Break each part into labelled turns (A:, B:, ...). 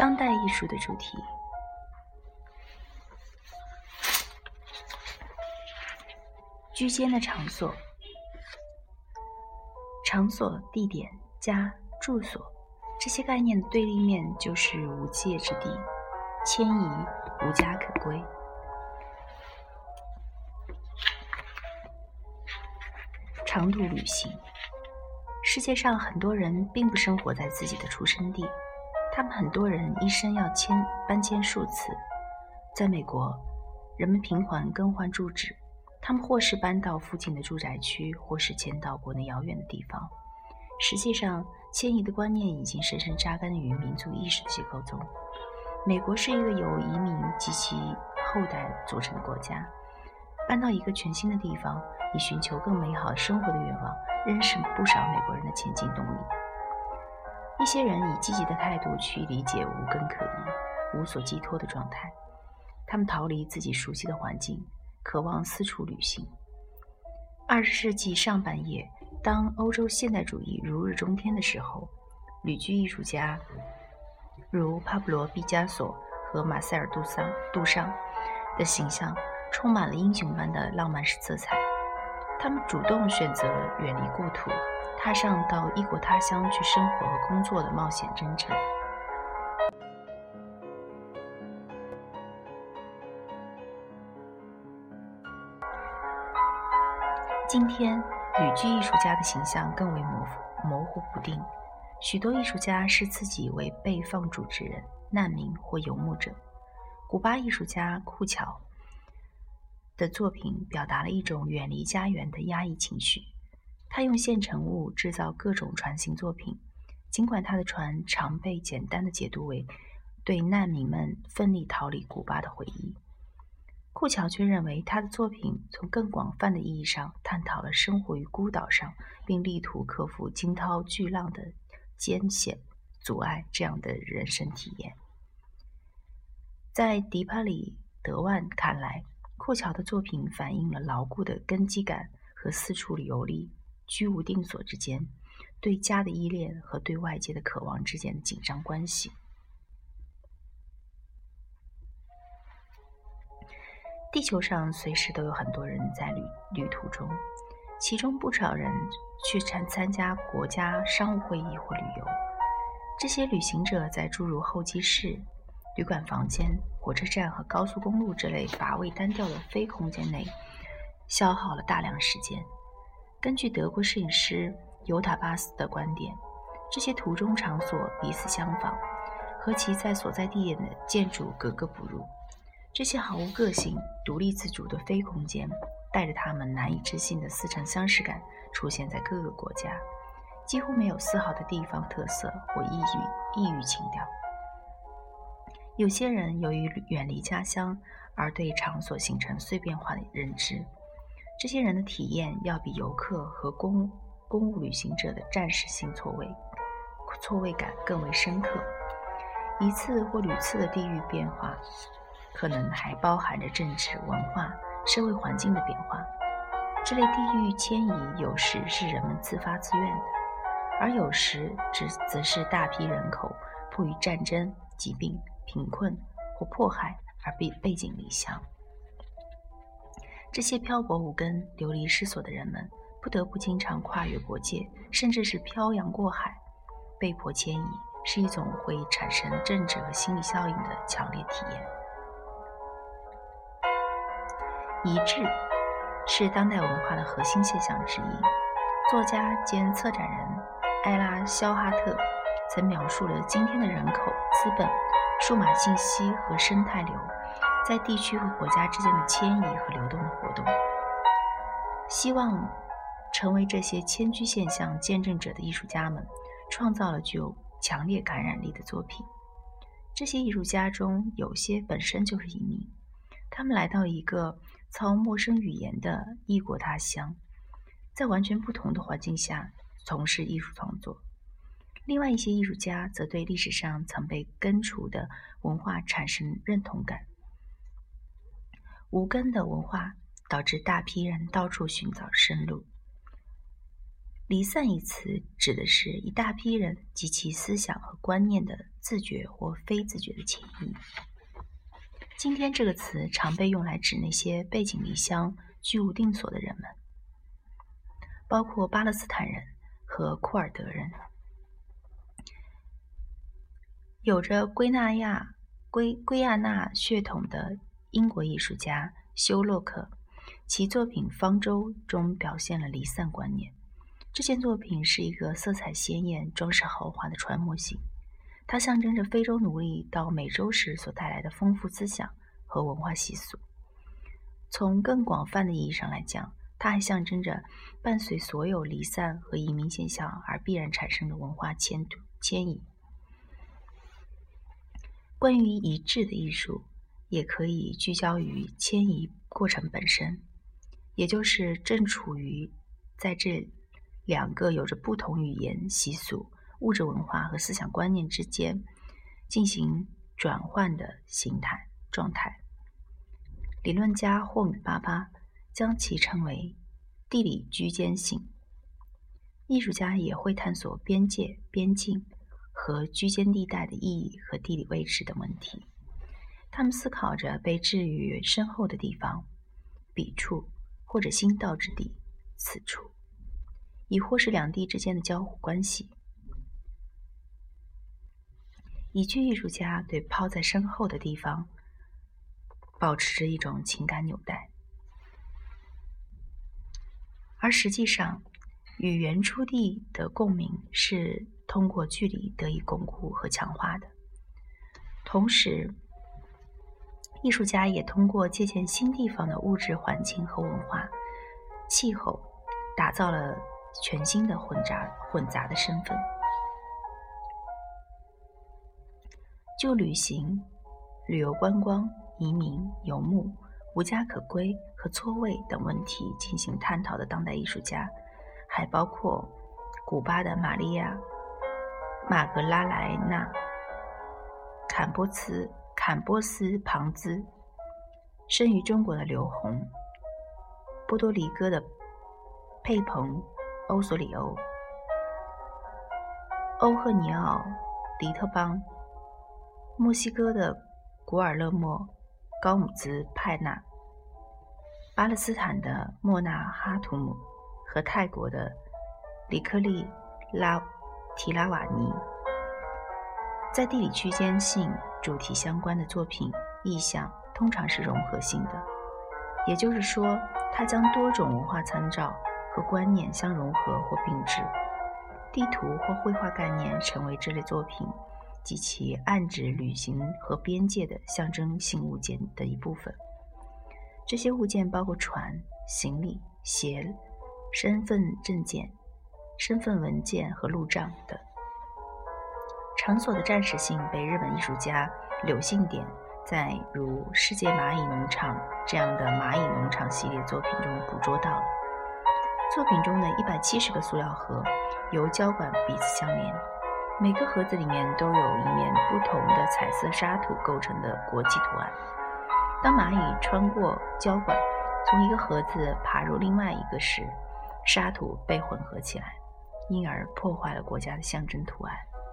A: 当代艺术的主题。居间的场所，场所、地点、家、住所，这些概念的对立面就是无界之地，迁移，无家可归。长途旅行，世界上很多人并不生活在自己的出生地，他们很多人一生要搬迁数次。在美国，人们频繁更换住址，他们或是搬到附近的住宅区，或是迁到国内遥远的地方。实际上，迁移的观念已经深深扎根于民族意识的结构中。美国是一个由移民及其后代组成的国家，搬到一个全新的地方，以寻求更美好生活的愿望，仍是不少美国人的前进动力。一些人以积极的态度去理解无根可依、无所寄托的状态，他们逃离自己熟悉的环境，渴望四处旅行。20世纪上半叶，当欧洲现代主义如日中天的时候，旅居艺术家如帕布罗·毕加索和马塞尔·杜尚的形象充满了英雄般的浪漫色彩。他们主动选择远离故土，踏上到异国他乡去生活和工作的冒险征程。今天，旅居艺术家的形象更为模糊不定。许多艺术家视自己为被放逐之人、难民或游牧者。古巴艺术家库乔的作品表达了一种远离家园的压抑情绪。他用现成物制造各种船型作品，尽管他的船常被简单的解读为对难民们奋力逃离古巴的回忆。库乔却认为他的作品从更广泛的意义上探讨了生活于孤岛上，并力图克服惊涛巨浪的艰险阻碍这样的人生体验。在迪帕里德万看来，库乔的作品反映了牢固的根基感和四处游历、居无定所之间，对家的依恋和对外界的渴望之间的紧张关系。地球上随时都有很多人在旅途中，其中不少人去参加国家商务会议或旅游。这些旅行者在诸如候机室、旅馆房间、火车站和高速公路这类乏味单调的非空间内消耗了大量时间。根据德国摄影师尤塔巴斯的观点，这些途中场所彼此相仿，和其在所在地点的建筑格格不入。这些毫无个性、独立自主的非空间，带着他们难以置信的似曾相识感，出现在各个国家，几乎没有丝毫的地方特色或异域情调。有些人由于远离家乡，而对场所形成碎片化的认知。这些人的体验要比游客和公务旅行者的暂时性错位感更为深刻。一次或屡次的地域变化，可能还包含着政治、文化、社会环境的变化。这类地域迁移有时是人们自发自愿的，而有时则是大批人口迫于战争、疾病、贫困或迫害而背井离乡。这些漂泊无根、流离失所的人们，不得不经常跨越国界，甚至是漂洋过海。被迫迁移是一种会产生政治和心理效应的强烈体验。移置是当代文化的核心现象之一。作家兼策展人艾拉·肖哈特曾描述了今天的人口、资本、数码信息和生态流在地区和国家之间的迁移和流动的活动。希望成为这些迁居现象见证者的艺术家们，创造了具有强烈感染力的作品。这些艺术家中有些本身就是移民，他们来到一个操陌生语言的异国他乡，在完全不同的环境下从事艺术创作。另外一些艺术家则对历史上曾被根除的文化产生认同感。无根的文化导致大批人到处寻找生路。 离散一词指的是一大批人及其思想和观念的自觉或非自觉的迁移。今天这个词常被用来指那些背井离乡、居无定所的人们，包括巴勒斯坦人和库尔德人。有着圭亚那血统的英国艺术家休洛克，其作品《方舟》中表现了离散观念。这件作品是一个色彩鲜艳、装饰豪华的船模型，它象征着非洲奴隶到美洲时所带来的丰富思想和文化习俗。从更广泛的意义上来讲，它还象征着伴随所有离散和移民现象而必然产生的文化迁移。关于移置的艺术，也可以聚焦于迁移过程本身，也就是正处于在这两个有着不同语言、习俗、物质文化和思想观念之间进行转换的状态。理论家霍米巴巴将其称为地理居间性。艺术家也会探索边界、边境和居间地带的意义和地理位置等问题。他们思考着被置于身后的地方、彼处或者新到之地、此处，亦或是两地之间的交互关系。移居艺术家对抛在身后的地方保持着一种情感纽带，而实际上与原初地的共鸣是通过距离得以巩固和强化的。同时，艺术家也通过借鉴新地方的物质环境和文化、气候，打造了全新的混杂的身份。就旅行、旅游观光、移民、游牧、无家可归和错位等问题进行探讨的当代艺术家，还包括古巴的玛利亚·马格拉莱纳、坎波斯·庞兹，生于中国的刘洪，波多黎各的佩蓬·欧索里欧、欧赫尼奥·迪特邦、墨西哥的古尔勒莫·高姆兹派纳、巴勒斯坦的莫纳哈图姆和泰国的里克利提拉瓦尼。在地理区间性主题相关的作品意象通常是融合性的，也就是说，它将多种文化参照和观念相融合或并置。地图或绘画概念成为这类作品及其暗指旅行和边界的象征性物件的一部分。这些物件包括船、行李、鞋、身份证件、身份文件和路障等。场所的暂时性被日本艺术家柳信典在如《世界蚂蚁农场》这样的蚂蚁农场系列作品中捕捉到了。作品中的170个塑料盒由胶管彼此相连，每个盒子里面都有一面不同的彩色沙土构成的国际图案。当蚂蚁穿过胶管，从一个盒子爬入另外一个时，沙土被混合起来，因而破坏了国家的象征图案。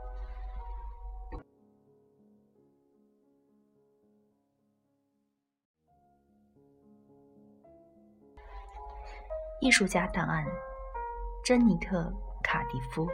A: 艺术家档案：珍妮特·卡迪夫。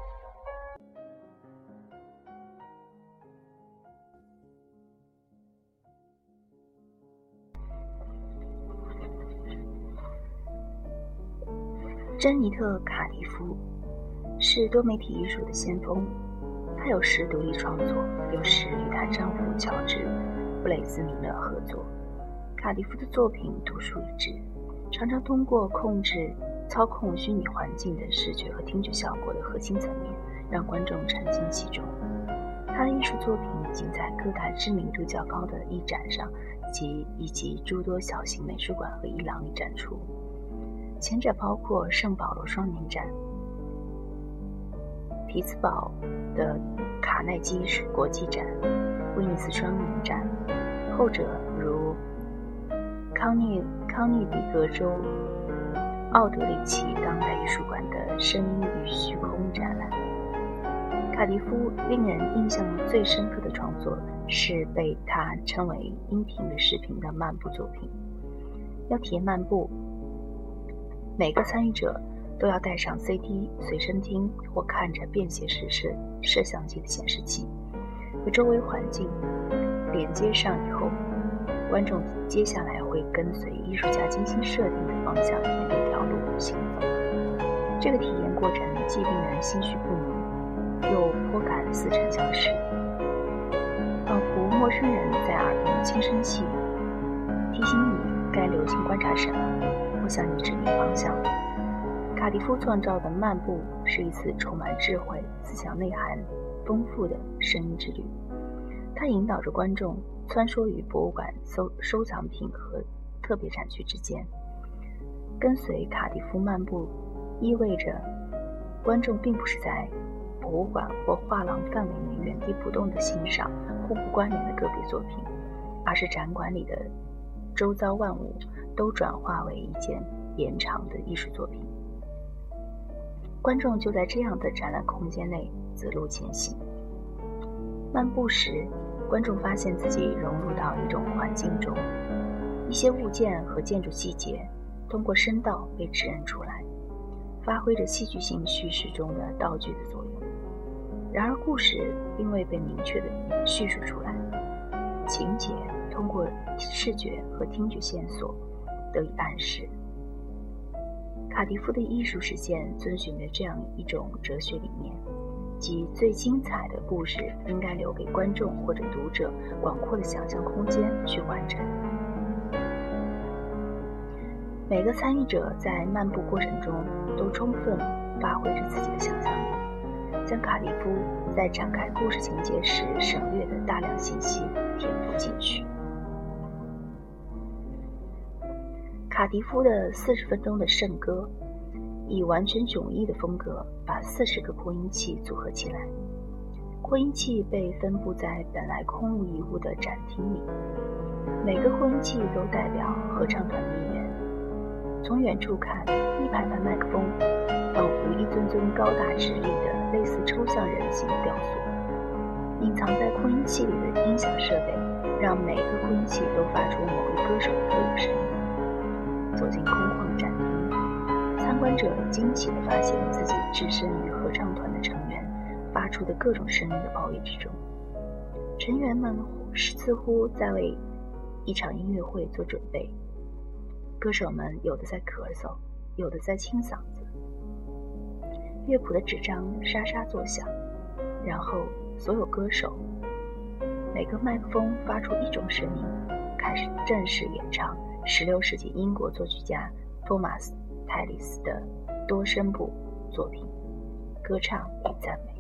A: 珍妮特·卡迪夫是多媒体艺术的先锋，她有时独立创作，有时与她丈夫乔治·布雷兹米勒合作。卡迪夫的作品独树一帜，常常通过操控虚拟环境的视觉和听觉效果的核心层面，让观众沉浸其中。他的艺术作品已经在各大知名度较高的艺展上以及诸多小型美术馆和艺廊里展出。前者包括圣保罗双年展、匹兹堡的卡耐基国际展、威尼斯双年展，后者如康涅狄格州奥德里奇当代艺术馆的声音与虚空展览。卡迪夫令人印象最深刻的创作是被他称为音频的视频的漫步作品。要体验漫步，每个参与者都要带上 CD 随身听或看着便携式摄像机的显示器，和周围环境连接上以后，观众接下来会跟随艺术家精心设定的方向沿这条路行走。这个体验过程既令人心绪不宁，又颇感似曾相识，仿佛陌生人在耳边轻声细语，提醒你该留心观察什么，或向你指明方向。卡迪夫创造的漫步是一次充满智慧、思想内涵丰富的声音之旅。它引导着观众穿梭于博物馆收藏品和特别展区之间。跟随卡迪夫漫步意味着观众并不是在博物馆或画廊范围内原地不动地欣赏互不关联的个别作品，而是展馆里的周遭万物都转化为一件延长的艺术作品。观众就在这样的展览空间内自路前行。漫步时，观众发现自己融入到一种环境中，一些物件和建筑细节通过声道被指认出来，发挥着戏剧性叙事中的道具的作用。然而故事并未被明确地叙述出来，情节通过视觉和听觉线索得以暗示。卡迪夫的艺术实践遵循着这样一种哲学理念，即最精彩的故事应该留给观众或者读者广阔的想象空间去完成。每个参与者在漫步过程中都充分发挥着自己的想象力，将卡迪夫在展开故事情节时省略的大量信息填补进去。卡迪夫的40分钟的圣歌以完全迥异的风格把40个扩音器组合起来，扩音器被分布在本来空无一物的展厅里，每个扩音器都代表合唱团的一员。从远处看，一排排麦克风仿佛一尊尊高大直立的类似抽象人形雕塑。隐藏在扩音器里的音响设备让每个扩音器都发出某一歌手的特有声音。走进空旷的展厅，参观者惊奇地发现自己置身于合唱团的成员发出的各种声音的包围之中。成员们似乎在为一场音乐会做准备，歌手们有的在咳嗽，有的在清嗓子，乐谱的纸张沙沙作响，然后所有歌手每个麦克风发出一种声音，开始正式演唱16世纪英国作曲家托马斯·泰利斯的多声部作品《歌唱与赞美》。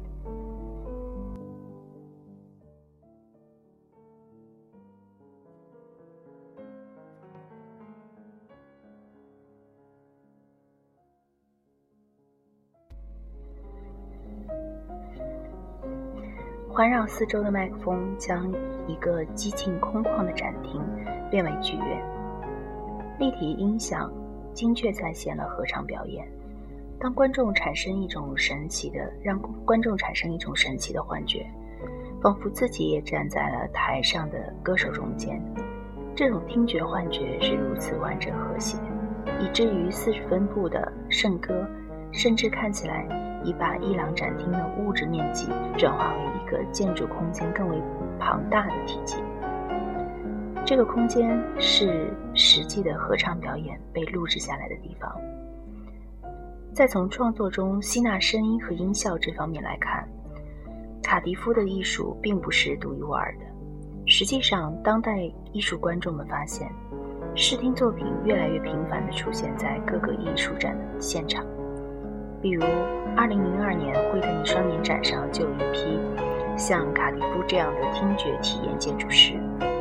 A: 环绕四周的麦克风将一个寂静空旷的展厅变为剧院，立体音响精确再现了合唱表演，让观众产生一种神奇的幻觉，仿佛自己也站在了台上的歌手中间。这种听觉幻觉是如此完整和谐，以至于40分部的圣歌甚至看起来已把伊朗展厅的物质面积转化为一个建筑空间更为庞大的体积。这个空间是实际的合唱表演被录制下来的地方。再从创作中吸纳声音和音效这方面来看，卡迪夫的艺术并不是独一无二的。实际上，当代艺术观众们发现，视听作品越来越频繁地出现在各个艺术展的现场。比如2002年惠特尼双年展上就有一批像卡迪夫这样的听觉体验建筑师，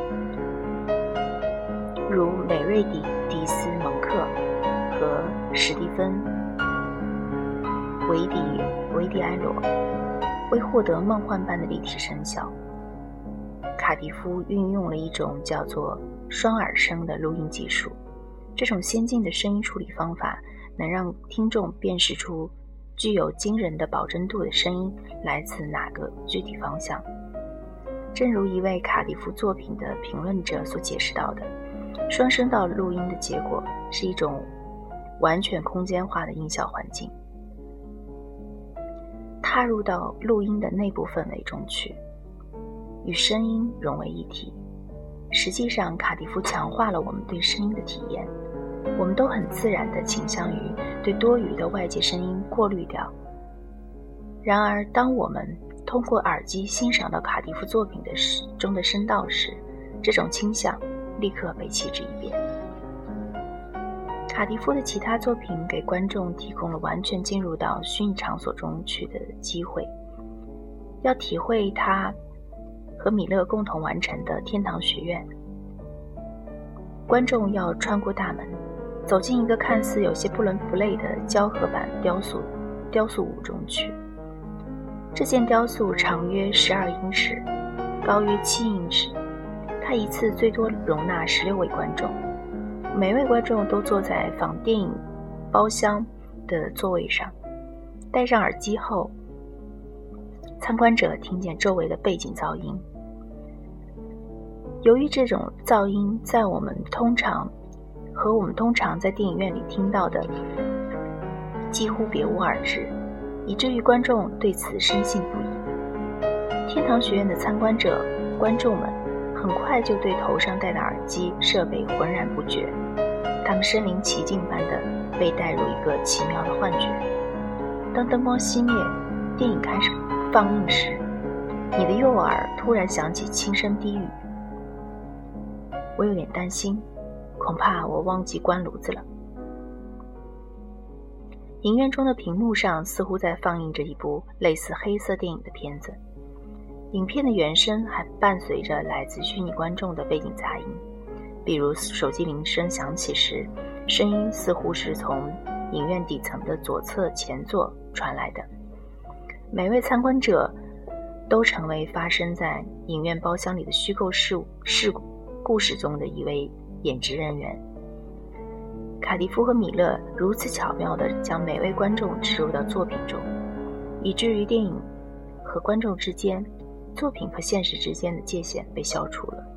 A: 如美瑞迪·迪斯蒙克和史蒂芬·维迪埃罗，为获得梦幻般的立体声效，卡迪夫运用了一种叫做双耳声的录音技术。这种先进的声音处理方法能让听众辨识出具有惊人的保真度的声音来自哪个具体方向。正如一位卡迪夫作品的评论者所解释到的，双声道录音的结果是一种完全空间化的音效环境，踏入到录音的内部氛围中去，与声音融为一体。实际上，卡迪夫强化了我们对声音的体验，我们都很自然地倾向于对多余的外界声音过滤掉。然而，当我们通过耳机欣赏到卡迪夫作品中的声道时，这种倾向立刻被弃之一边。卡迪夫的其他作品给观众提供了完全进入到虚拟场所中去的机会。要体会他和米勒共同完成的《天堂学院》，观众要穿过大门，走进一个看似有些不伦不类的胶合板雕塑物中去。这件雕塑长约12英尺，高约7英尺，它一次最多容纳16位观众，每位观众都坐在仿电影包厢的座位上。戴上耳机后，参观者听见周围的背景噪音。由于这种噪音和我们通常在电影院里听到的几乎别无二致，以至于观众对此深信不疑。天堂学院的参观者观众们很快就对头上戴的耳机设备浑然不觉，他们身临其境般的被带入一个奇妙的幻觉。当灯光熄灭，电影开始放映时，你的右耳突然响起轻声低语：我有点担心，恐怕我忘记关炉子了。影院中的屏幕上似乎在放映着一部类似黑色电影的片子，影片的原声还伴随着来自虚拟观众的背景杂音，比如手机铃声响起时，声音似乎是从影院底层的左侧前座传来的。每位参观者都成为发生在影院包厢里的虚构故事中的一位演职人员。卡迪夫和米勒如此巧妙地将每位观众植入到作品中，以至于电影和观众之间、作品和现实之间的界限被消除了。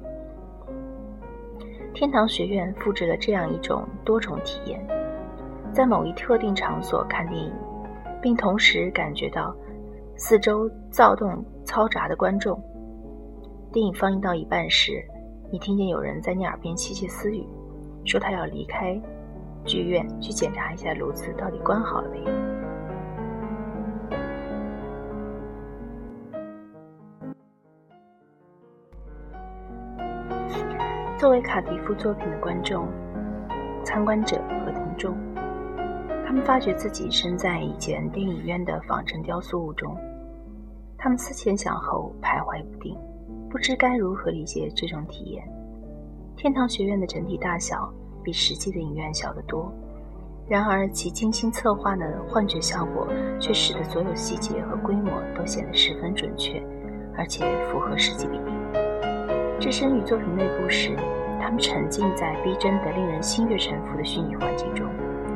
A: 天堂学院复制了这样一种多重体验：在某一特定场所看电影，并同时感觉到四周躁动嘈杂的观众。电影放映到一半时，你听见有人在你耳边窃窃私语，说他要离开剧院去检查一下炉子到底关好了没有。作为卡迪夫作品的观众、参观者和听众，他们发觉自己身在以前电影院的仿真雕塑物中，他们思前想后，徘徊不定，不知该如何理解这种体验。天堂学院的整体大小比实际的影院小得多，然而其精心策划的幻觉效果却使得所有细节和规模都显得十分准确，而且符合实际比例。置身于作品内部时，他们沉浸在逼真的令人心悦诚服的虚拟环境中。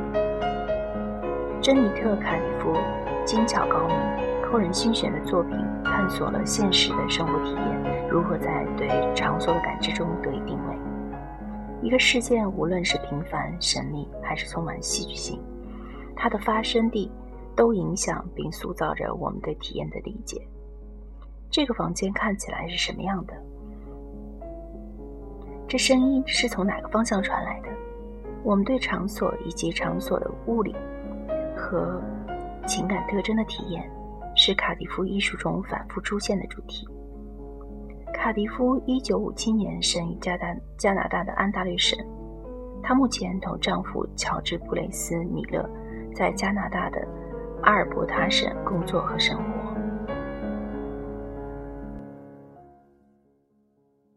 A: 珍妮特·卡迪夫精巧高明、扣人心弦的作品探索了现实的生活体验如何在对场所的感知中得以定位。一个事件无论是平凡、神秘还是充满戏剧性，它的发生地都影响并塑造着我们对体验的理解。这个房间看起来是什么样的？这声音是从哪个方向传来的？我们对场所以及场所的物理和情感特征的体验，是卡迪夫艺术中反复出现的主题。卡迪夫1957年生于加拿大的安大略省，她目前同丈夫乔治·布雷斯·米勒在加拿大的阿尔伯塔省工作和生活。